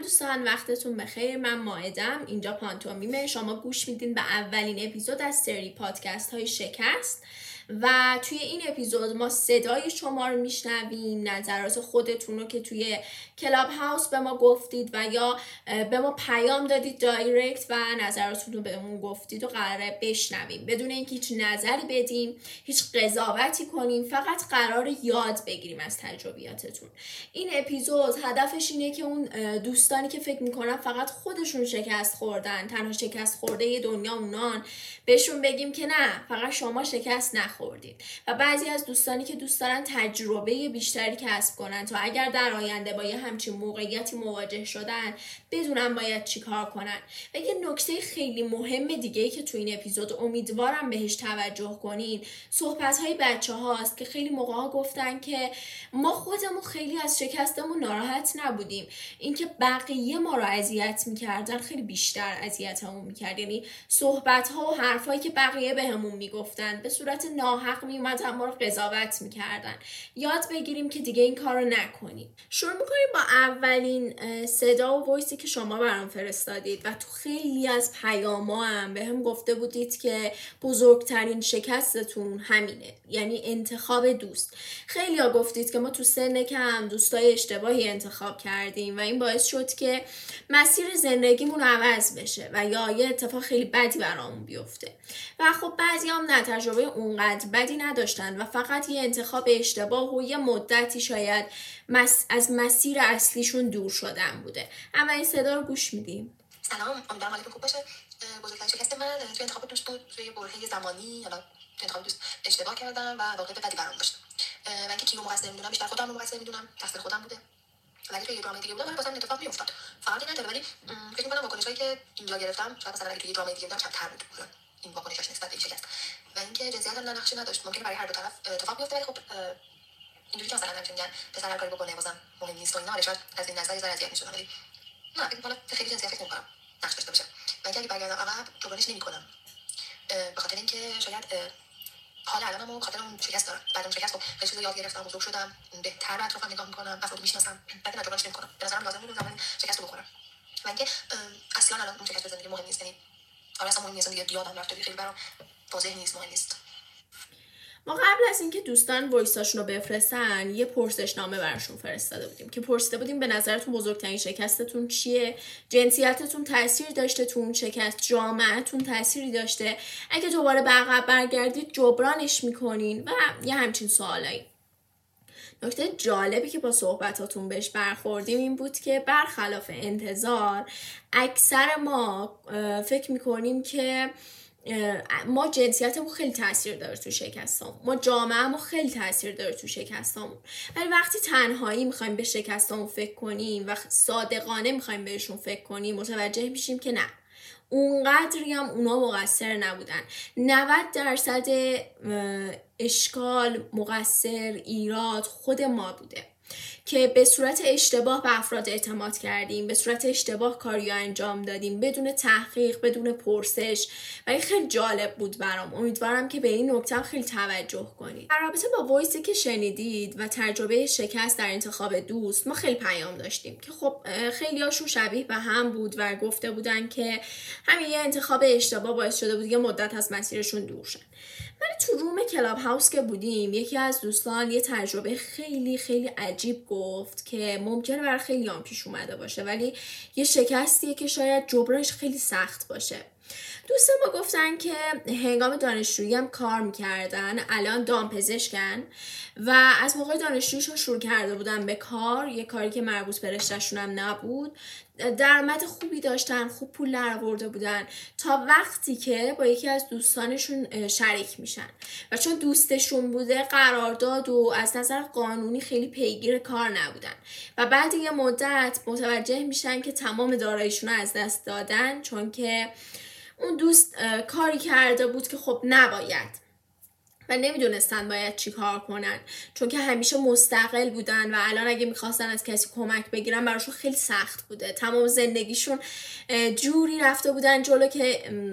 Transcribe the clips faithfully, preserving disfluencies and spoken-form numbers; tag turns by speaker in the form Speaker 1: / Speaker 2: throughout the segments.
Speaker 1: دوستان، وقتتون بخیر. من مائدم، اینجا پانتومیمه. شما گوش میدین به اولین اپیزود از سری پادکست های شکست و توی این اپیزود ما صدای شما رو میشنویم، نظرات خودتون رو که توی کلاب هاوس به ما گفتید و یا به ما پیام دادید دایرکت و نظراتتون رو بهمون گفتید و قراره بشنویم بدون اینکه هیچ نظری بدیم، هیچ قضاوتی کنیم، فقط قراره یاد بگیریم از تجربیاتتون. این اپیزود هدفش اینه که اون دوستانی که فکر میکنن فقط خودشون شکست خوردن، تنها شکست خورده یه دنیا اونان، بهشون بگیم که نه، فقط شما شکست نخوردید. و بعضی از دوستانی که دوست دارن تجربه بیشتری کسب کنن تا اگر در آینده با یه همچین موقعیتی مواجه شدن بدونن باید چی کار کنن. و یه نکته خیلی مهم دیگه‌ای که تو این اپیزود امیدوارم بهش توجه کنین، صحبت‌های بچه هاست که خیلی موقعا گفتن که ما خودمون خیلی از شکستمون ناراحت نبودیم، اینکه بقیه ما رو اذیت می‌کردن خیلی بیشتر اذیتمون می‌کرد. یعنی صحبت‌ها و حرفایی که بقیه بهمون میگفتن به صورت ناحق میومدن ما رو قضاوت میکردن. یاد بگیریم که دیگه این کار رو نکنیم. شروع میکنیم با اولین صدا و وایسی که شما برام فرستادید و تو خیلی از پیاما هم به هم گفته بودید که بزرگترین شکستتون همینه، یعنی انتخاب دوست. خیلی ها گفتید که ما تو سن کم دوستای اشتباهی انتخاب کردیم و این باعث شد که مسیر زندگیمون عوض بشه و یا یه اتفاق خیلی بدی برامون بیفته. و خب بعضی هم نه، تجربه اونقدر بدی نداشتن و فقط یه انتخاب اشتباه و یه مدتی شاید مس... از مسیر اصلیشون دور شدن بوده. اما این صدا رو گوش میدیم.
Speaker 2: سلام، امیدوارم حالتون خوب باشه. بزرگترین شکست من توی انتخاب دوست بود. توی برهه زمانی حالا انتخاب دوست اشتباه کردم و واقعا بدی برام داشت. من اینکه کیو مقصر میدونم، بیشتر خودم رو مقصر میدونم، تقصیر خودم بوده. ولی توی درام دیگه بودم واسم اتفاق میافتاد. فرقی نداره، ولی فکر می‌کنم واکنشایی که اینجا گرفتم شاید مثلا اگه توی درام دیگه بودم کمتر بود این واکنشش نسبت به این شکست. و اینکه جنسیت هم نقشی نداشت، ممکنه برای هر دو طرف اتفاق بیفته، ولی خب اینجوری که مثلا همیشه میگن پسر هر کاری بکنه بازم مهم نیست و اینا، شاید از این نظر اذیت میشدم، ولی نه، فکر می‌کنم خیلی جنسیت فکر نمی‌کنم نقش داشته باشه. و اینکه اگه برگردم عقب جبرانش نمی‌کنم، به خاطر اینکه شاید حالا الانمو به خاطر اون شکست دارم. بعد اون شکست خب خیلی چیزا یاد گرفتم، بزرگ شدم، بهتر به اطرافم نگاه می‌کنم، افراد میشناسم، بعد نجوانش نمی‌کنم. به نظرم لازم بود زمانی شکست رو بخورم. و اینکه اصلا الان اون شکست زندگی مهم نیست، یعنی آره اصلا مهم نیست، دیگه یادم رفته، خیلی برام واضح نیست، مهم نیست.
Speaker 1: ما قبل از اینکه دوستان وایساشون رو بفرستن یه پرسشنامه براشون فرستاده بودیم که پرسیده بودیم به نظرتون بزرگترین شکستتون چیه؟ جنسیتتون تاثیر داشته تو اون شکست؟ جامعهتون تأثیری داشته؟ اگه دوباره به عقب برگردید جبرانش میکنین؟ و یه همچین سوالایی. نکته جالبی که با صحبتاتون بهش برخوردیم این بود که برخلاف انتظار اکثر ما فکر میکنیم که ما جنسیتمون خیلی تاثیر داره تو شکستامون، ما جامعه‌مون خیلی تاثیر داره تو شکستامون. ولی وقتی تنهایی میخوایم به شکستامون فکر کنیم و صادقانه میخوایم بهشون فکر کنیم متوجه میشیم که نه، اونقدری هم اونا مقصر نبودن. نود درصد اشکال، مقصر، ایراد خود ما بوده که به صورت اشتباه به افراد اعتماد کردیم، به صورت اشتباه کاری انجام دادیم بدون تحقیق، بدون پرسش. و این خیلی جالب بود برام. امیدوارم که به این نکته خیلی توجه کنید. در رابطه با وایسی که شنیدید و تجربه شکست در انتخاب دوست، ما خیلی پیام داشتیم که خب خیلی هاشون شبیه به هم بود و گفته بودن که همین یه انتخاب اشتباه باعث شده بود یه مدت از مسیرشون دور شن. ولی تو روم کلاب هاوس که بودیم یکی از دوستان یه تجربه خیلی خیلی عجیب گفت که ممکنه برای خیلی هم پیش اومده باشه، ولی یه شکستیه که شاید جبرانش خیلی سخت باشه. دوستان ما گفتن که هنگام دانشجویی هم کار میکردن، الان دامپزشکن و از موقع دانشجوییشون شروع کرده بودن به کار، یه کاری که مربوط به رشته‌شون هم نبود، درآمد خوبی داشتن، خوب پول درآورده بودن، تا وقتی که با یکی از دوستانشون شریک میشن و چون دوستشون بوده قرارداد و از نظر قانونی خیلی پیگیر کار نبودن و بعد یه مدت متوجه میشن که تمام داراییشون رو از دست دادن، چون که اون دوست کاری کرده بود که خب نباید و نمیدونستن باید چی کار کنن، چون که همیشه مستقل بودن و الان اگه میخواستن از کسی کمک بگیرن براشون خیلی سخت بوده. تمام زندگیشون جوری رفته بودن جلو که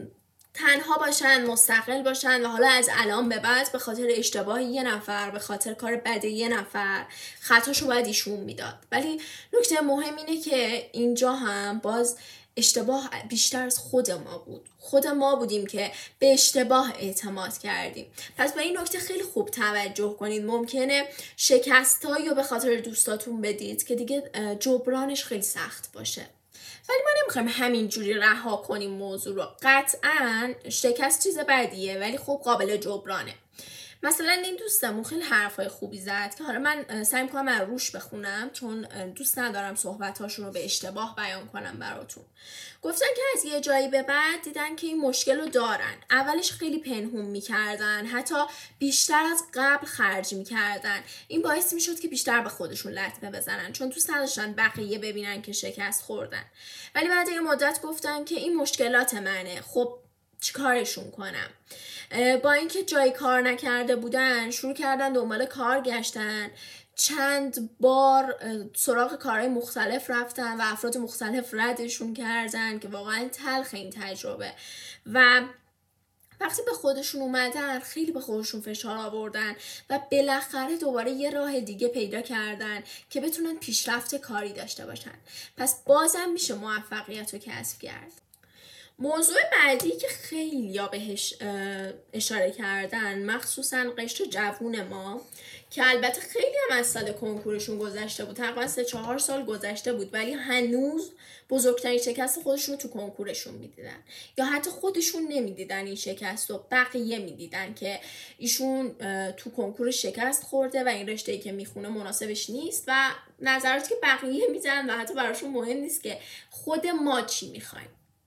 Speaker 1: تنها باشن، مستقل باشن و حالا از الان به بعد به خاطر اشتباه یه نفر، به خاطر کار بد یه نفر خطاشو باید ایشون میداد. ولی نکته مهم اینه که اینجا هم باز اشتباه بیشتر از خود ما بود. خود ما بودیم که به اشتباه اعتماد کردیم. پس به این نکته خیلی خوب توجه کنید. ممکنه شکستایی رو به خاطر دوستاتون بدید که دیگه جبرانش خیلی سخت باشه. ولی ما نمیخوایم همینجوری رها کنیم موضوع رو. قطعاً شکست چیز بدیه ولی خب قابل جبرانه. مثلا این دوستمون خیلی حرفای خوبی زد که حالا من سعی میکنم از روش بخونم چون دوست ندارم صحبتاشون رو به اشتباه بیان کنم براتون. گفتن که از یه جایی به بعد دیدن که این مشکل رو دارن. اولش خیلی پنهون میکردن، حتی بیشتر از قبل خرج میکردن. این باعث میشد که بیشتر به خودشون لطمه بزنن چون دوست نداشتن بقیه ببینن که شکست خوردن. ولی بعد یه مدت گفتن که این مشکلات منه، خب چیکارشون کنم؟ با اینکه جای کار نکرده بودن شروع کردن دنبال کار گشتن، چند بار سراغ کارهای مختلف رفتن و افراد مختلف ردشون کردن که واقعا تلخ این تجربه. و وقتی به خودشون اومدن خیلی به خودشون فشار آوردن و بالاخره دوباره یه راه دیگه پیدا کردن که بتونن پیشرفت کاری داشته باشن. پس بازم میشه موفقیت رو کسب کرد. موضوع بعدی که خیلی یا بهش اشاره کردن مخصوصا قشر جوون ما که البته خیلی هم از سال کنکورشون گذشته بود، تقریبا سه چهار سال گذشته بود ولی هنوز بزرگترین شکست خودشون رو تو کنکورشون میدیدن یا حتی خودشون نمیدیدن این شکست رو، بقیه میدیدن که ایشون تو کنکور شکست خورده و این رشته‌ای که میخونه مناسبش نیست و نظراتی که بقیه میدن و حتی براشون مهم نیست که خود ما چی میخوایم.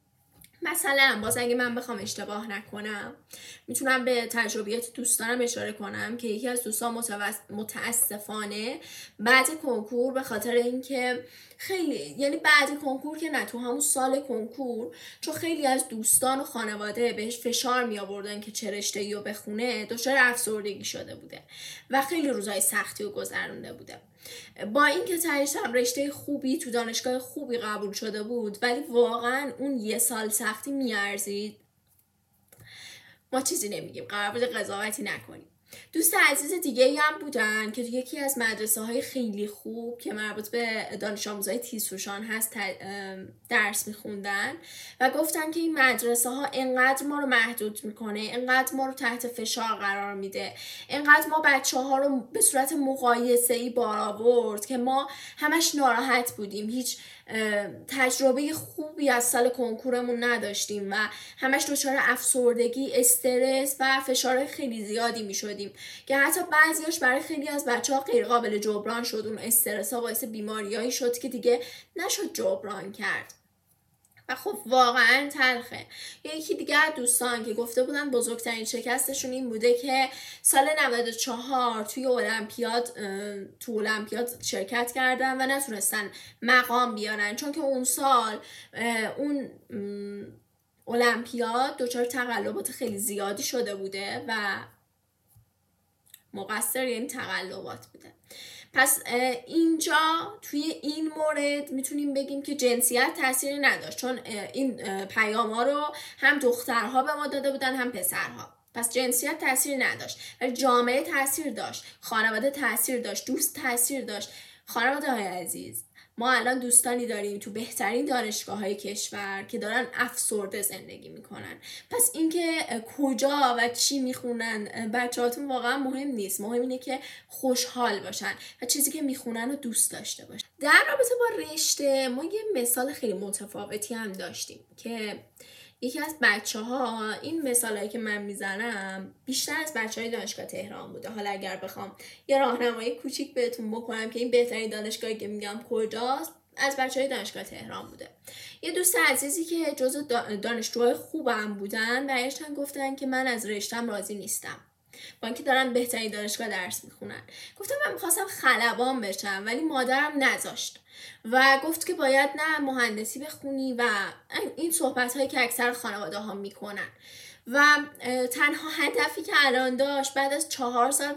Speaker 1: مثلا باز اگه من بخوام اشتباه نکنم میتونم به تجربیات دوستانم اشاره کنم که یکی از دوستان متاسفانه بعد کنکور به خاطر اینکه خیلی یعنی بعد کنکور که نه تو همون سال کنکور چون خیلی از دوستان و خانواده بهش فشار می آوردن که چه رشته‌ای رو بخونه دچار افسردگی شده بوده و خیلی روزهای سختی رو گذرونده بوده. با اینکه تهش هم رشته خوبی تو دانشگاه خوبی قبول شده بود ولی واقعا اون یه سال سختی میارزید. ما چیزی نمیگیم، قرار بود قضاوتی نکنیم. دوست عزیز دیگه هم بودن که یکی از مدرسه های خیلی خوب که مربوط به دانش آموزای تیزهوشان هست درس میخوندن و گفتن که این مدرسه ها انقدر ما رو محدود میکنه، انقدر ما رو تحت فشار قرار میده، انقدر ما بچه ها رو به صورت مقایسه ای بار آورد که ما همش ناراحت بودیم، هیچ تجربه خوبی از سال کنکورمون نداشتیم و همش دچار افسردگی، استرس و فشار خیلی زیادی می شدیم که حتی بعضیاش برای خیلی از بچه ها غیر قابل جبران شد. اون استرس ها باعث بیماریایی شد که دیگه نشد جبران کرد و خب واقعا تلخه. یکی دیگه دوستان که گفته بودن بزرگترین شکستشون این بوده که سال نود و چهار توی المپیاد تو المپیاد شرکت کردن و نتونستن مقام بیارن چون که اون سال اون المپیاد دچار تقلبات خیلی زیادی شده بوده و مقصر یعنی تقلبات بوده. پس اینجا توی این مورد میتونیم بگیم که جنسیت تأثیری نداشت چون این پیام ها رو هم دخترها به ما داده بودن هم پسرها. پس جنسیت تأثیر نداشت ولی جامعه تأثیر داشت، خانواده تأثیر داشت، دوست تأثیر داشت. خانواده های عزیز ما الان دوستانی داریم تو بهترین دانشگاه های کشور که دارن افسرده زندگی میکنن. پس اینکه کجا و چی میخونن بچه‌هاتون واقعا مهم نیست، مهم اینه که خوشحال باشن و چیزی که میخونن رو دوست داشته باشن. در رابطه با رشته ما یه مثال خیلی متفاوتی هم داشتیم که یکی از بچه ها، این مثال هایی که من میزنم بیشتر از بچه های دانشگاه تهران بوده. حالا اگر بخوام یه راهنمایی کوچیک بهتون بکنم که این بهترین دانشگاهی که میگم کجاست، از بچه های دانشگاه تهران بوده. یه دوست عزیزی که جزو دانشجوهای خوبم بودن برگشتن گفتن که من از رشتم راضی نیستم با اینکه دارن بهترین دانشگاه درس میخونن. گفتم من میخواستم خلبان بشم ولی مادرم نذاشت و گفت که باید نه مهندسی بخونی و این صحبت هایی که اکثر خانواده ها میکنن و تنها هدفی که الان داشت بعد از چهار سال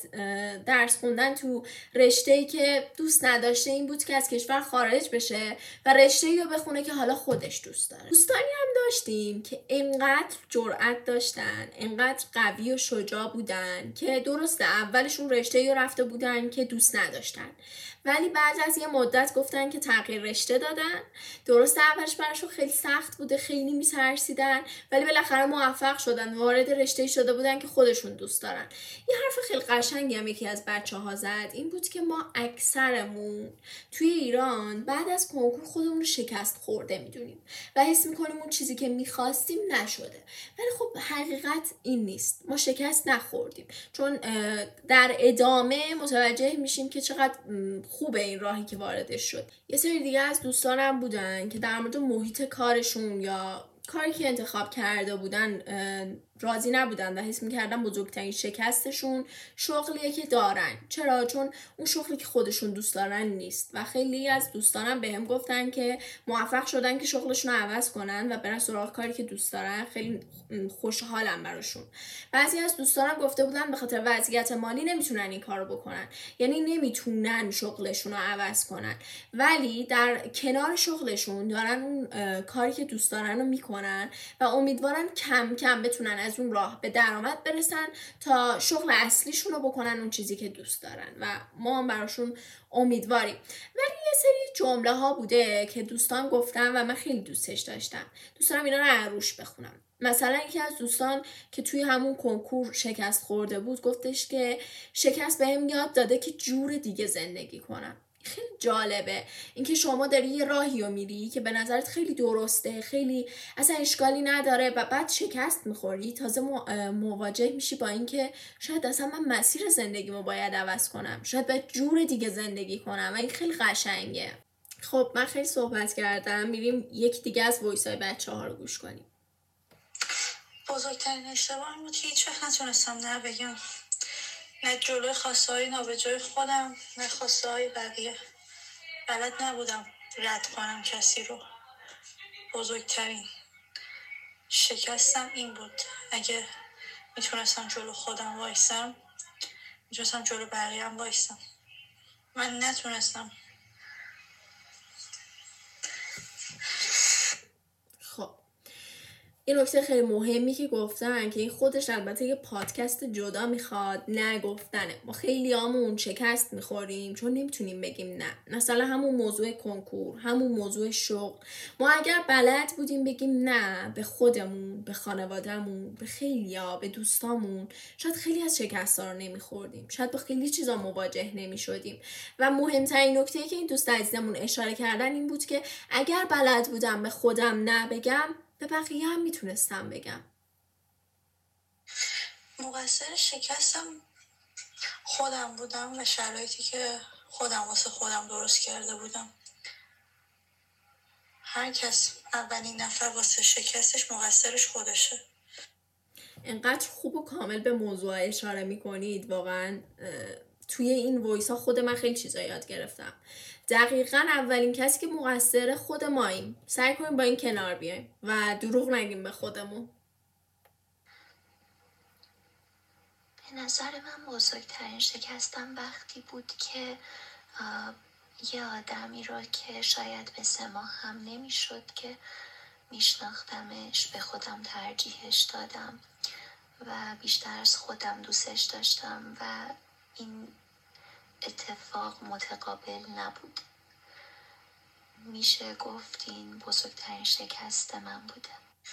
Speaker 1: درس خوندن تو رشته‌ای که دوست نداشته این بود که از کشور خارج بشه و رشته‌ای رو بخونه که حالا خودش دوست داره. دوستانی هم داشتیم که اینقدر جرأت داشتن، اینقدر قوی و شجاع بودن که درسته اولشون رشته‌ای رو رفته بودن که دوست نداشتن، ولی بعد از یه مدت گفتن که تغییر رشته دادن. درسته اولش براشون خیلی سخت بوده، خیلی میترسیدن، ولی بالاخره موفق شدن، وارد رشته‌ای شده بودن که خودشون دوست دارن. یه حرف خیلی قشنگی هم یکی از بچه‌ها زد، این بود که ما اکثرمون توی ایران بعد از کنکور خودمون رو شکست خورده میدونیم و حس میکنیم اون چیزی که میخواستیم نشده، ولی خب حقیقت این نیست. ما شکست نخوردیم، چون در ادامه متوجه میشیم که چقدر خوبه این راهی که واردش شد. یه سری دیگه از دوستانم بودن که در مورد محیط کارشون یا کاری که انتخاب کرده بودن راضی نبودن و حس میکردن بزرگترین شکستشون شغلیه که دارن. چرا؟ چون اون شغلی که خودشون دوست دارن نیست. و خیلی از دوستانم به هم گفتن که موفق شدن که شغلشون رو عوض کنن و برن سراغ کاری که دوست دارن. خیلی خوشحالم براشون. بعضی از دوستانم گفته بودن به خاطر وضعیت مالی نمیتونن این کارو بکنن، یعنی نمیتونن شغلشون رو عوض کنن، ولی در کنار شغلشون دارن اون کاری که دوست دارن رو میکنن و امیدوارن کم کم بتونن از اون راه به درآمد برسن تا شغل اصلیشون رو بکنن، اون چیزی که دوست دارن، و ما هم براشون امیدواریم. ولی یه سری جمله ها بوده که دوستان گفتن و من خیلی دوستش داشتم. دوست دارم اینا رو عروش بخونم. مثلا یکی از دوستان که توی همون کنکور شکست خورده بود گفتش که شکست بهم یاد داده که جور دیگه زندگی کنم. خیلی جالبه اینکه شما داری یه راهی رو میری که به نظرت خیلی درسته، خیلی اصلا اشکالی نداره و بعد شکست میخوری، تازه مواجه میشی با اینکه شاید اصلا من مسیر زندگیمو باید عوض کنم، شاید باید جور دیگه زندگی کنم و این خیلی قشنگه. خب من خیلی صحبت کردم، میریم یک دیگه از وایس های بچه ها رو گوش کنیم.
Speaker 3: بزرگترین اشتباه بود که هیچ وقت نتونستم نه بگم، نه جلوی خواسته های نابجای خودم نه خواسته های بقیه. بلد نبودم رد کنم کسی رو. بزرگترین شکستم این بود. اگه میتونستم جلو خودم وایسم میتونستم جلو بقیه هم وایسم. من نتونستم.
Speaker 1: خب این نکته خیلی مهمی که گفتن که این خودش البته یه پادکست جدا میخواد نگفتنه. ما خیلی همون شکست میخوریم چون نمیتونیم بگیم نه. مثلا همون موضوع کنکور، همون موضوع شغل، ما اگر بلد بودیم بگیم نه به خودمون، به خانوادهمون، به خیلیا، به دوستامون، شاید خیلی از شکست‌ها رو نمیخوردیم، شاید با خیلی چیزا مواجه نمیشدیم. و مهمترین نکته که این دوست عزیزمون اشاره کردن این بود که اگر بلد بودم به خودم نه بگم، به بقیه هم میتونستم بگم.
Speaker 3: مقصر شکستم خودم بودم و شرایطی که خودم واسه خودم درست کرده بودم. هر کس اولین نفر واسه شکستش مقصرش خودشه.
Speaker 1: انقدر خوب و کامل به موضوع اشاره میکنید، واقعا توی این وایس ها خود من خیلی چیزا یاد گرفتم. دقیقاً اولین کسی که مقصر خود ماییم. سعی کنیم با این کنار بیایم و دروغ نگیم به خودمون.
Speaker 4: به نظر من بزرگترین شکستم وقتی بود که یه آدمی رو که شاید به سه ماه هم نمیشد که میشناختمش به خودم ترجیحش دادم و بیشتر از خودم دوستش داشتم و این اتفاق متقابل نبود. میشه گفت این بزرگترین شکست من بوده.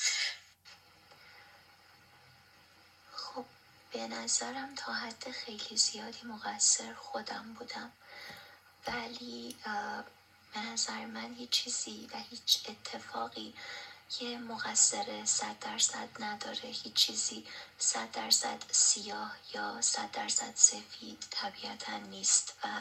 Speaker 4: خب به نظرم تا حد خیلی زیادی مقصر خودم بودم، ولی به نظر من هیچ چیزی و هیچ اتفاقی یه مقصر صد درصد نداره. هیچ چیزی صد درصد سیاه یا صد درصد سفید طبیعتا نیست و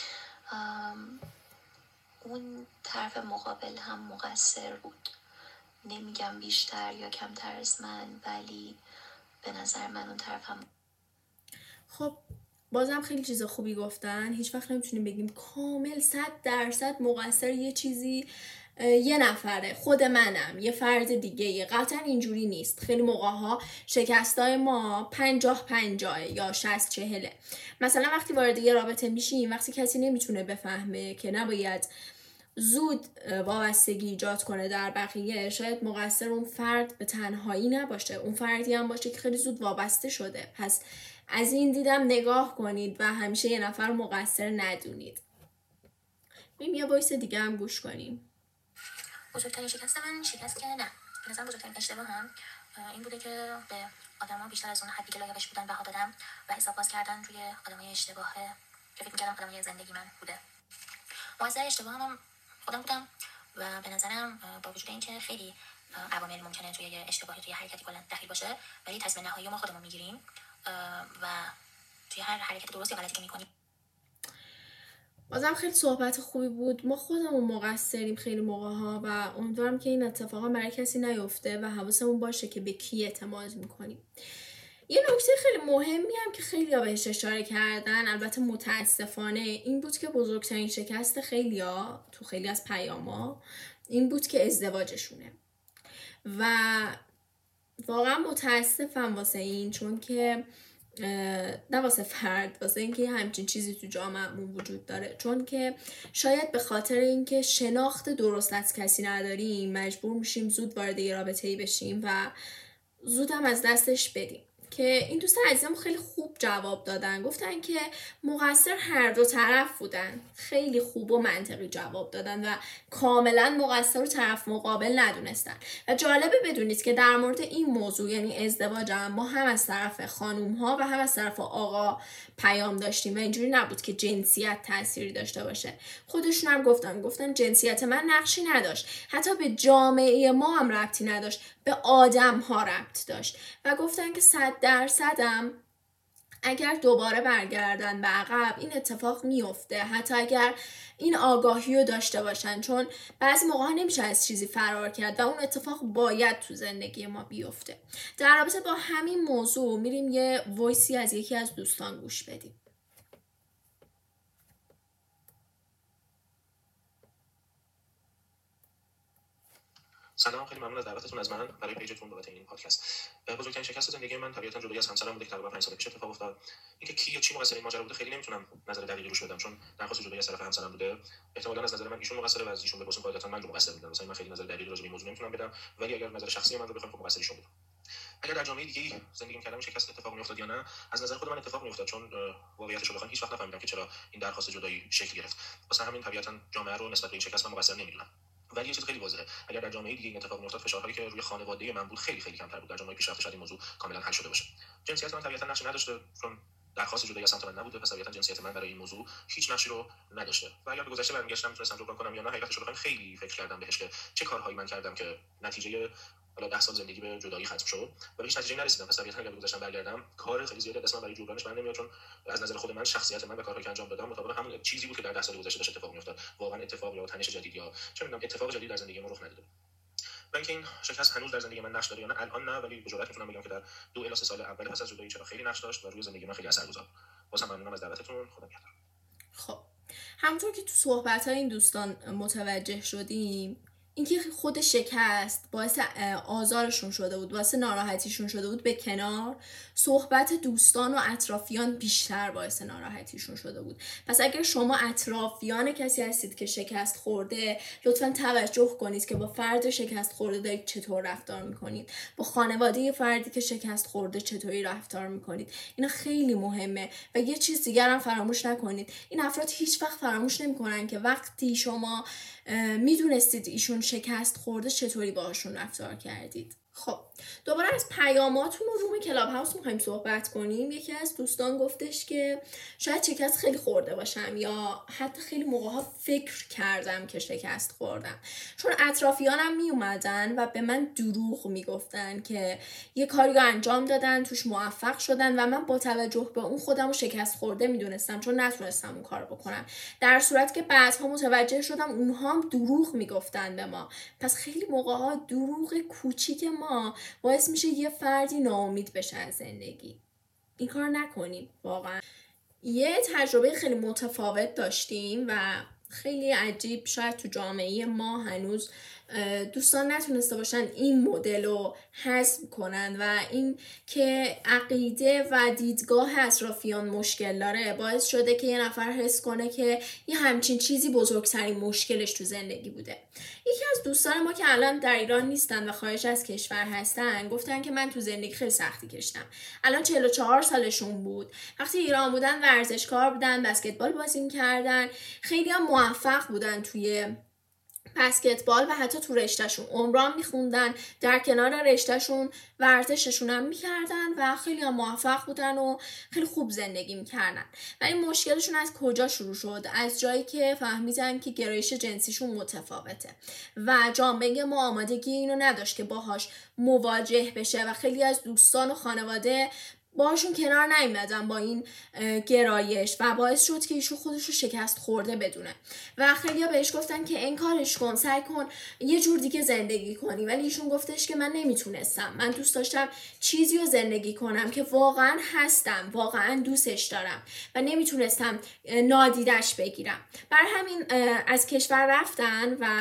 Speaker 4: اون طرف مقابل هم مقصر بود. نمیگم بیشتر یا کمتر از من، ولی به نظر من اون طرف هم.
Speaker 1: خب بازم خیلی چیز خوبی گفتن. هیچ وقت نمیتونیم بگیم کامل صد درصد مقصر یه چیزی یه نفره، خود منم، یه فرد دیگه، قطعا اینجوری نیست. خیلی موقع ها شکستای ما پنجاه پنجاه یا شصت چهله. مثلا وقتی وارد یه رابطه میشیم، وقتی کسی نمیتونه بفهمه که نباید زود وابستگی ایجاد کنه در بقیه، شاید مقصر اون فرد به تنهایی نباشه، اون فردی هم باشه که خیلی زود وابسته شده. پس از این دیدم نگاه کنید و همیشه یه نفر مقصر ندونید. بریم یه وایس دیگه هم گوش کنیم.
Speaker 2: بزرگترین شکست من شکست که نه، به نظرم بزرگترین اشتباه هم این بوده که به آدما بیشتر از اون حدی که لایقش بودن بها دادم و حساب باز کردن روی آدمای اشتباه که فکر می‌کردم آدمای زندگی من بوده. مؤثر اشتباه هم خودم بودم و به نظرم با وجود اینکه خیلی عوامل ممکنه توی یه اشتباهی توی حرکتی کلا دخیل باشه، ولی تصمیم نهایی ما خودمون میگیریم و توی هر حرکت درست یا غلطی که میکنیم.
Speaker 1: بازم خیلی صحبت خوبی بود. ما خودمون مقصریم خیلی موقع ها و امیدوارم که این اتفاقا برای کسی نیفته و حواسمون باشه که به کی اعتماد میکنیم. یه نکته خیلی مهمی هم که خیلی ها بهش اشاره کردن، البته متاسفانه، این بود که بزرگترین شکست خیلی ها تو خیلی از پیاما این بود که ازدواجشونه و واقعا متاسفم واسه این، چون که نه واسه فرد، واسه اینکه همچین چیزی تو جامعه‌مون وجود داره، چون که شاید به خاطر اینکه شناخت درست از کسی نداریم مجبور میشیم زود وارد یه رابطه‌ای بشیم و زود هم از دستش بدیم. که این دوست عزیزم خیلی خوب جواب دادن، گفتن که مقصر هر دو طرف بودن، خیلی خوب و منطقی جواب دادن و کاملا مقصر رو طرف مقابل ندونستن. و جالبه بدونید که در مورد این موضوع، یعنی ازدواج، هم ما هم از طرف خانوم ها و هم از طرف آقا پیام داشتیم و اینجوری نبود که جنسیت تأثیری داشته باشه. خودشون هم گفتن گفتن جنسیت من نقشی نداشت، حتی به جامعه ما هم ربطی نداشت، به آدم ها ربط داشت و گفتن که صد درصدم اگر دوباره برگردن به عقب این اتفاق میفته، حتی اگر این آگاهی رو داشته باشن، چون بعضی موقع نمیشه از چیزی فرار کرد و اون اتفاق باید تو زندگی ما بیفته. در رابطه با همین موضوع میریم یه وایسی از یکی از دوستان گوش بدیم.
Speaker 5: سلام، خیلی ممنون از دعوتتون از من برای پیجتون بابت این پادکست. بزرگترین شکست زندگی من طبیعتاً جدایی از همسرم بوده که تقریبا پنج سال پیش اتفاق افتاد. اینکه کی یا چی مقصر این ماجرا بوده خیلی نمیتونم نظر دقیقی روش بدم، چون درخواست جدایی از طرف همسرم بوده. احتمالاً از نظر من ایشون مقصره و از ایشون بپرسیم قاعدتاً من مقصر بودم. مثلا من خیلی نظر دقیقی راجع به این موضوع نمیتونم بدم، ولی اگر نظر شخصی من رو بخوام، خب مقصر ایشون بود. اگر در جامعه دیگه زندگی می‌کردم شکست اتفاق می‌افتاد یا نه، از نظر خود من اتفاق می‌افتاد، چون واقعیتش رو بخوام هیچ وقت نفهمیدم که چرا این درخواست جدایی شکل گرفت. واسه همین طبیعتاً جامعه رو نسبت به این شکست من مقصر نمی‌دونم. ولی یه چیز خیلی واضحه، اگر در جامعه دیگه این اتفاق میافتاد، فشارهایی که روی خانواده من بود خیلی خیلی کمتر بود. در جامعه پیشرفته شاید این موضوع کاملا حل شده باشه. جنسیت من طبیعتا نقشی نداشته، چون درخواست جدایی از سمت من نبوده، پس طبیعتا جنسیت من برای این موضوع هیچ نقشی رو نداشته. و اگر به گذشته برمیگشتم میتونستم جبران کنم یا نه، حقیقتش رو بخوام خیلی فکر کردم بهش که چه کارهایی من کردم که نتیجه حالا ده سال زندگی به جدایی ختم شد و به هیچ نتیجه‌ای نرسیدم. پس طبیعتا اگر به گذشتم برگردم، کار خیلی زیادی دست من برای جبرانش برنمیاد، چون از نظر خود من شخصیت من و کارهایی که انجام دادم مطابق همون چیزی بود که در ده سال گذشته داشت اتفاق میافتاد. واقعا اتفاق یا تنش جدید یا چه میدونم اتفاق جدید در زندگی من رخ نداده. و اینکه این شکست هنوز در زندگی من نقش داره یا نه، الان نه، ولی به جرئت میتونم بگم که در دو الی سه سال اول پس از جدایی چرا خیلی نقش داشت و روی زندگی من خیلی اثرگذار. واسه ممنونم از دعوتتون. خدا نگهدار.
Speaker 1: خب همونطور که تو صحبت‌های این دوستان متوجه شدیم، اینکه خود شکست باعث آزارشون شده بود، باعث ناراحتیشون شده بود به کنار، صحبت دوستان و اطرافیان بیشتر باعث ناراحتیشون شده بود. پس اگر شما اطرافیان کسی هستید که شکست خورده، لطفاً توجه کنید که با فرد شکست خورده دارید چطور رفتار میکنید، با خانواده فردی که شکست خورده چطوری رفتار میکنید. اینا خیلی مهمه. و یه چیز دیگر هم فراموش نکنید، این افراد هیچ وقت فراموش نمیکنن که وقتی شما میدونستید ایشون شکست خورده چطوری باهاشون رفتار کردید. خب دوباره از پیاماتون و روم کلاب هاوس میخوایم صحبت کنیم. یکی از دوستان گفتش که شاید شکست خیلی خورده باشم یا حتی خیلی موقعها فکر کردم که شکست خوردم، چون اطرافیانم میومدن و به من دروغ میگفتن که یه کاری رو انجام دادن، توش موفق شدن و من با توجه به اون خودم رو شکست خورده میدونستم، چون نتونستم اون کار بکنم، در صورت که بعدها متوجه شدم اونها هم دروغ میگفتن به ما. پس خیلی موقعها دروغ کوچیک ما باعث میشه یه فردی ناامید بشه از زندگی. این کار نکنیم. واقعا یه تجربه خیلی متفاوت داشتیم و خیلی عجیب شاید تو جامعه ما هنوز دوستان نتونسته باشن این مدل رو حذف کنن و این که عقیده و دیدگاه اطرافیان مشکل داره باعث شده که یه نفر حس کنه که یه همچین چیزی بزرگترین مشکلش تو زندگی بوده. یکی از دوستان ما که الان در ایران نیستن و خارج از کشور هستن گفتن که من تو زندگی خیلی سختی کشیدم. الان چهل و چهار سالشون بود. وقتی ایران بودن ورزشکار بودن، بسکتبال بازی می‌کردن، خیلی هم موفق بودن توی بسکتبال و حتی تو رشتهشون عمران میخوندن، در کنار رشتهشون ورزششون هم میکردن و خیلی هم موفق بودن و خیلی خوب زندگی میکردن. ولی مشکلشون از کجا شروع شد؟ از جایی که فهمیدن که گرایش جنسیشون متفاوته و جامعه ما آمادگی اینو نداشت که باهاش مواجه بشه و خیلی از دوستان و خانواده باشون کنار نیومدن با این گرایش و باعث شد که ایشون خودش رو شکست خورده بدونه و خیلیا بهش گفتن که انکارش کن، سعی کن یه جور دیگه زندگی کنی. ولی ایشون گفتش که من نمیتونستم، من دوست داشتم چیزی رو زندگی کنم که واقعا هستم، واقعا دوستش دارم و نمیتونستم نادیدش بگیرم. برای همین از کشور رفتن و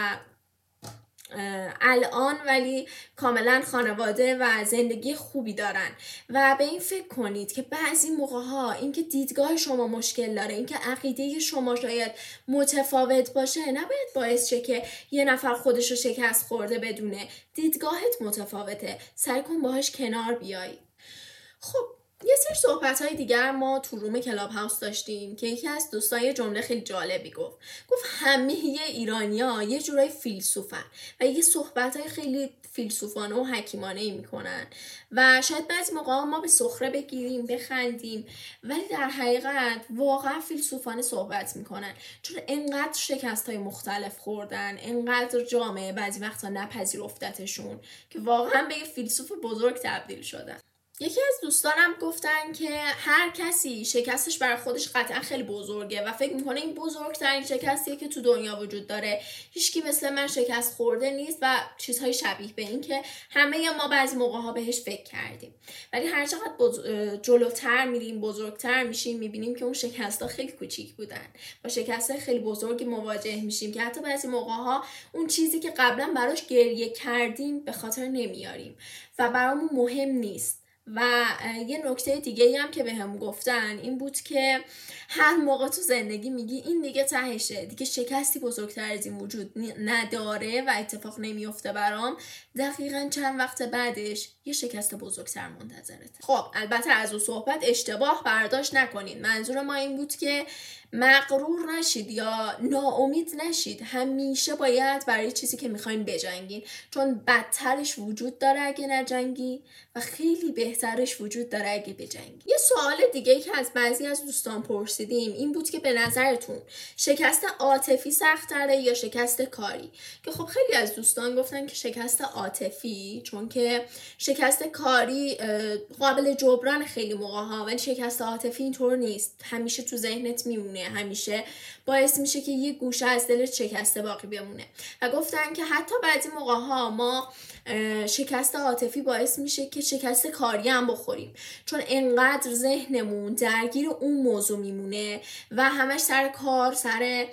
Speaker 1: الان ولی کاملا خانواده و زندگی خوبی دارن و به این فکر کنید که بعضی موقع ها اینکه دیدگاه شما مشکل داره، اینکه عقیده شما شاید متفاوت باشه نباید باعث شه که یه نفر خودش رو شکست خورده بدونه. دیدگاهت متفاوته، سعی کن باهاش کنار بیایی. خب یه سری صحبت‌های دیگر ما تو روم کلاب هاوس داشتیم که یکی از دوستان یه جمله خیلی جالبی گفت. گفت همه ایرانی‌ها یه جورای فیلسوفن و یه صحبت‌های خیلی فیلسوفانه و حکیمانه‌ای میکنن و شاید بعضی موقع ما به سخره بگیریم، بخندیم، ولی در حقیقت واقعا فیلسوفانه صحبت میکنن، چون انقدر شکست‌های مختلف خوردن، انقدر جامعه بعضی وقتا نپذیرفتتشون که واقعا به یه فیلسوف بزرگ تبدیل شدن. یکی از دوستانم گفتن که هر کسی شکستش برای خودش قطعا خیلی بزرگه و فکر میکنه این بزرگترین شکستیه که تو دنیا وجود داره. هیچکی مثل من شکست خورده نیست و چیزهای شبیه به این که همه ما بعضی موقع‌ها بهش فکر کردیم. ولی هر چقدر بز... جلوتر میریم، بزرگتر میشیم، میبینیم که اون شکست‌ها خیلی کوچیک بودن. با شکست‌های خیلی بزرگی مواجه میشیم که حتی بعضی موقع‌ها اون چیزی که قبلا براش گریه کردیم به خاطر نمیاریم و برامون مهم نیست. و یه نکته دیگه هم که به هم گفتن این بود که هر موقع تو زندگی میگی این دیگه تهشه، دیگه شکستی بزرگتر از این وجود نداره و اتفاق نمیفته برام، دقیقاً چند وقت بعدش یه شکست بزرگتر منتظرته. خب البته از اون صحبت اشتباه برداشت نکنید. منظور ما این بود که مغرور نشید یا ناامید نشید. همیشه باید برای چیزی که میخواین بجنگین، چون بدترش وجود داره اگه نجنگی و خیلی بهترش وجود داره اگه بجنگی. یه سوال دیگه که از بعضی از دوستان پرسیدیم این بود که به نظرتون شکست عاطفی سخت‌تره یا شکست کاری؟ که خب خیلی از دوستان گفتن که شکست عاطفی، چون که شکست کاری قابل جبران خیلی موقع‌ها، ولی شکست عاطفی اینطور نیست، همیشه تو ذهنت میمونه، همیشه باعث میشه که یه گوشه از دلت شکسته باقی بمونه. و گفتن که حتی بعضی موقع‌ها ما شکست عاطفی باعث میشه که شکست کاری هم بخوریم، چون انقدر ذهنمون درگیر اون موضوع میمونه و همش سر کار، سر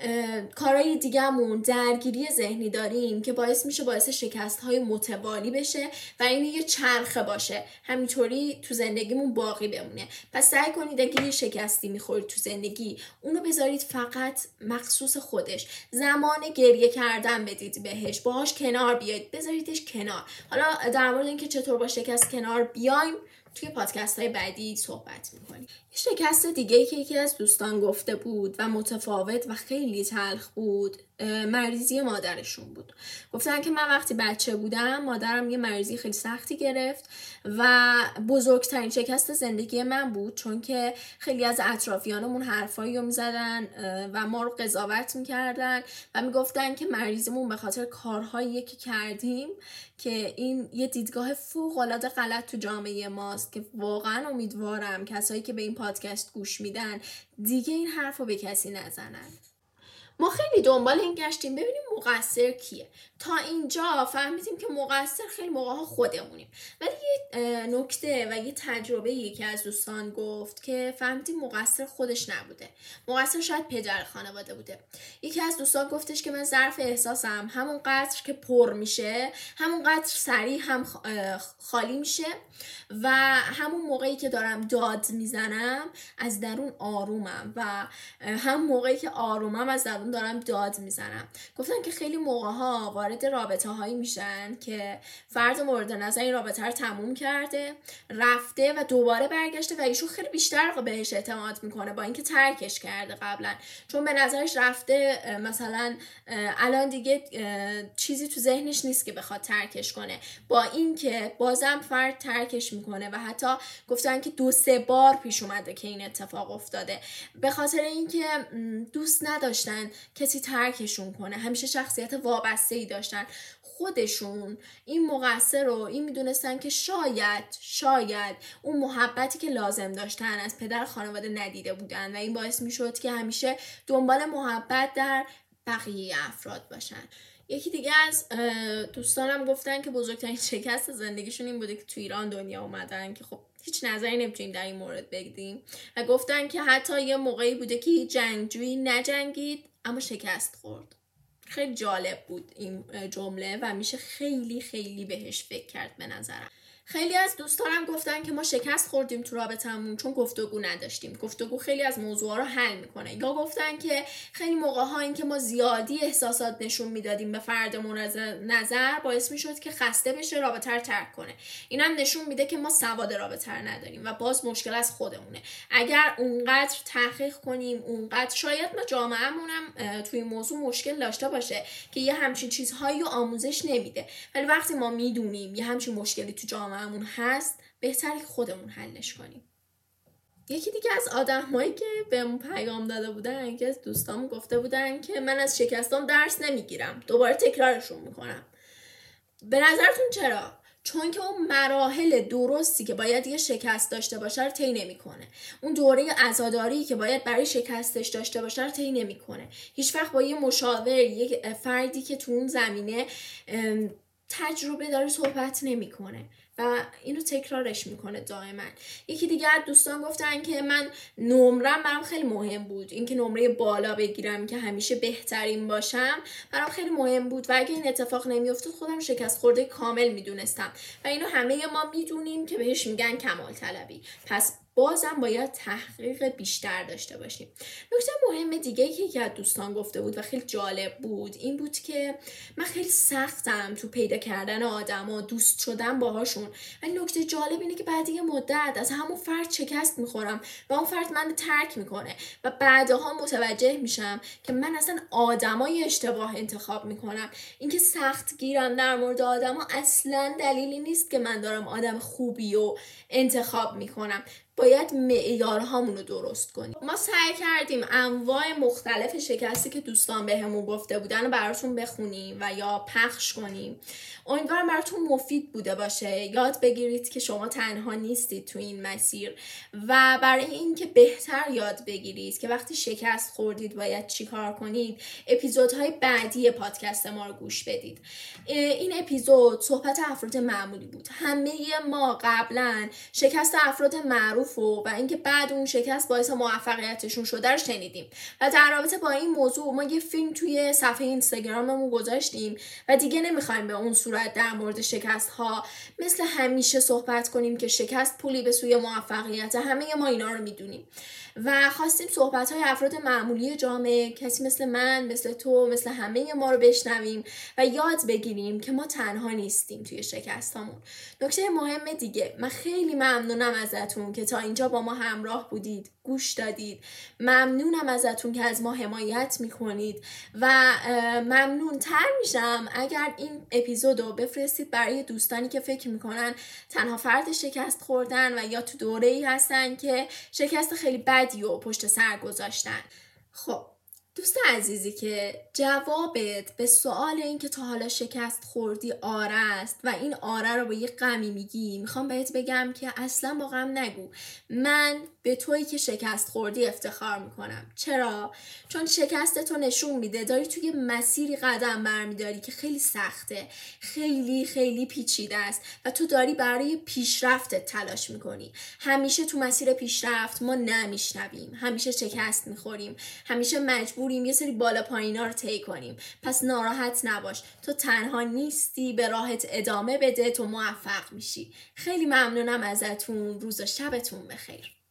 Speaker 1: کارهای دیگه‌مون درگیری ذهنی داریم که باعث میشه باعث شکست‌های متوالی بشه و این یه چرخه باشه، همینطوری تو زندگیمون باقی بمونه. پس سعی کنید اگه یه شکستی میخورید تو زندگی اونو بذارید فقط مخصوص خودش، زمان گریه کردن بدید بهش، باهاش کنار بیاید، بذاریدش کنار. حالا در مورد اینکه چطور با شکست کنار بیایم توی پادکست های بعدی صحبت میکنیم. یه شکست دیگه که یکی از دوستان گفته بود و متفاوت و خیلی تلخ بود مریضی مادرشون بود. گفتن که من وقتی بچه بودم مادرم یه مریضی خیلی سختی گرفت و بزرگترین شکست زندگی من بود، چون که خیلی از اطرافیانمون حرفایی رو میزدن و ما رو قضاوت میکردن و میگفتن که مریضمون به خاطر کارهایی که کردیم، که این یه دیدگاه فوق‌العاده غلط تو جامعه ماست که واقعا امیدوارم کسایی که به این پادکست گوش میدن دیگه این حرفو به کسی نزنن. ما خیلی دنبال این گشتیم ببینیم مقصر کیه. تا اینجا فهمیدیم که مقصر خیلی موقعها خودمونیم، ولی یه نکته و یه تجربه یکی از دوستان گفت که فهمیدیم مقصر خودش نبوده، مقصر شاید پدر خانواده بوده. یکی از دوستان گفتش که من ظرف احساسم همون قدر که پر میشه همون قدر سریع هم خالی میشه و همون موقعی که دارم داد میزنم از درون آرومم و هم موقعی که آرومم از درون دارم داد میزنم. گفتن که خیلی موقعها وارد رابطه هایی میشن که فرد مورد نظر این رابطه رو تموم کرده رفته و دوباره برگشته و ایشون خیلی بیشتر بهش اعتماد میکنه با اینکه ترکش کرده قبلا، چون به نظرش رفته مثلا الان دیگه چیزی تو ذهنش نیست که بخواد ترکش کنه، با اینکه بازم فرد ترکش میکنه و حتی گفتن که دو سه بار پیش اومده که این اتفاق افتاده، به خاطر اینکه دوست نداشتن کسی ترکشون کنه، همیشه شخصیت وابسته‌ای داشتن خودشون. این مقصر رو این میدونستن که شاید شاید اون محبتی که لازم داشتن از پدر خانواده ندیده بودن و این باعث میشد که همیشه دنبال محبت در بقیه افراد باشن. یکی دیگه از دوستانم گفتن که بزرگترین شکست زندگیشون این بوده که تو ایران دنیا اومدن، که خب هیچ نظری نمیتونیم در این مورد بگیم، و گفتن که حتی یه موقعی بوده که هیچ جنگجویی نجنگید اما شکست خورد. خیلی جالب بود این جمله و میشه خیلی خیلی بهش فکر کرد به نظرم. خیلی از دوستانم گفتن که ما شکست خوردیم تو رابطمون چون گفتگو نداشتیم. گفتگو خیلی از موضوعا رو حل میکنه. یا گفتن که خیلی موقع‌ها این که ما زیادی احساسات نشون میدادیم به فرد مورد نظر باعث میشد که خسته بشه، رابطه رو ترک کنه. اینم نشون میده که ما سواد رابطه رو نداریم و باز مشکل از خودمونه. اگر اونقدر تحقیق کنیم، اونقدر شاید ما جامعه‌مون هم توی این موضوع مشکل داشته باشه که یه همچین چیزهایی رو آموزش نمیده، ولی وقتی ما میدونیم یه همچین مشکلی تو جامعه همون هست بهتره که خودمون حلش کنیم. یکی دیگه از آدمایی که بهمون پیام داده بودن که دوستام گفته بودن که من از شکستام درس نمیگیرم، دوباره تکرارشون میکنم. به نظرتون چرا؟ چون که اون مراحل درستی که باید یه شکست داشته باشه رو طی نمیکنه. اون دوره عزاداری که باید برای شکستش داشته باشه رو طی نمیکنه. هیچ وقت با یه مشاور، یه فردی که تو اون زمینه تجربه داره صحبت نمیکنه و اینو تکرارش میکنه دائما. یکی دیگه از دوستان گفتن که من نمرم برام خیلی مهم بود، اینکه نمره بالا بگیرم که همیشه بهترین باشم برام خیلی مهم بود و اگه این اتفاق نمیافتاد خودم شکست خورده کامل میدونستم و اینو همه ما میدونیم که بهش میگن کمال طلبی. پس بازم باید تحقیق بیشتر داشته باشیم. نکته مهم دیگه که یکی از دوستان گفته بود و خیلی جالب بود این بود که من خیلی سختم تو پیدا کردن آدم و دوست شدن باهاشون، ولی نکته جالب اینه که بعد یه مدت از همون فرد شکست میخورم و اون فرد من ترک میکنه و بعدها متوجه میشم که من اصلا آدمای اشتباه انتخاب میکنم. اینکه سخت گیرم در مورد آدما اصلا دلیلی نیست که من دارم آدم خوبی رو انتخاب میکنم. باید معیارهامون رو درست کنیم. ما سعی کردیم انواع مختلف شکستی که دوستان بهمون گفته بودن رو براتون بخونیم و یا پخش کنیم. امیدوارم براتون مفید بوده باشه. یاد بگیرید که شما تنها نیستید تو این مسیر و برای اینکه بهتر یاد بگیرید که وقتی شکست خوردید باید چی کار کنید، اپیزودهای بعدی پادکست ما رو گوش بدید. این اپیزود صحبت افراد معمولی بود. همه ما قبلا شکست افراد معروف و اینکه بعد اون شکست باعث موفقیتشون شده رو شنیدیم و در رابطه با این موضوع ما یه فیلم توی صفحه اینستاگراممون گذاشتیم و دیگه نمیخوایم به اون صورت در مورد شکست ها مثل همیشه صحبت کنیم که شکست پولی به سوی موفقیت. همه ما اینا رو میدونیم و خواستیم صحبت های افراد معمولی جامعه، کسی مثل من، مثل تو، مثل همه ما رو بشنویم و یاد بگیریم که ما تنها نیستیم توی شکست هامون. نکته مهم دیگه، من خیلی ممنونم ازتون که تا اینجا با ما همراه بودید، گوش دادید. ممنونم ازتون که از ما حمایت میکنید و ممنون تر میشم اگر این اپیزودو بفرستید برای دوستانی که فکر میکنن تنها فرد شکست خوردن و یا تو دوره‌ای هستن که شکست خیلی بدی و پشت سر گذاشتن. خب دوست عزیزی که جوابت به سوال این که تا حالا شکست خوردی آره است و این آره رو با یه غمی میگی، میخوام بهت بگم که اصلا با غم نگو. من به تویی که شکست خوردی افتخار میکنم. چرا؟ چون شکست تو نشون میده داری توی مسیری قدم برمیداری که خیلی سخته، خیلی خیلی پیچیده است و تو داری برای پیشرفتت تلاش میکنی. همیشه تو مسیر پیشرفت ما نمیشنویم، همیشه شکست میخوریم، همیشه مجبوریم یه سری بالا پایینا رو طی کنیم. پس ناراحت نباش، تو تنها نیستی، به راحت ادامه بده، تو موفق میشی. خیلی ممنونم ازتون. روز و شبتون بخیر.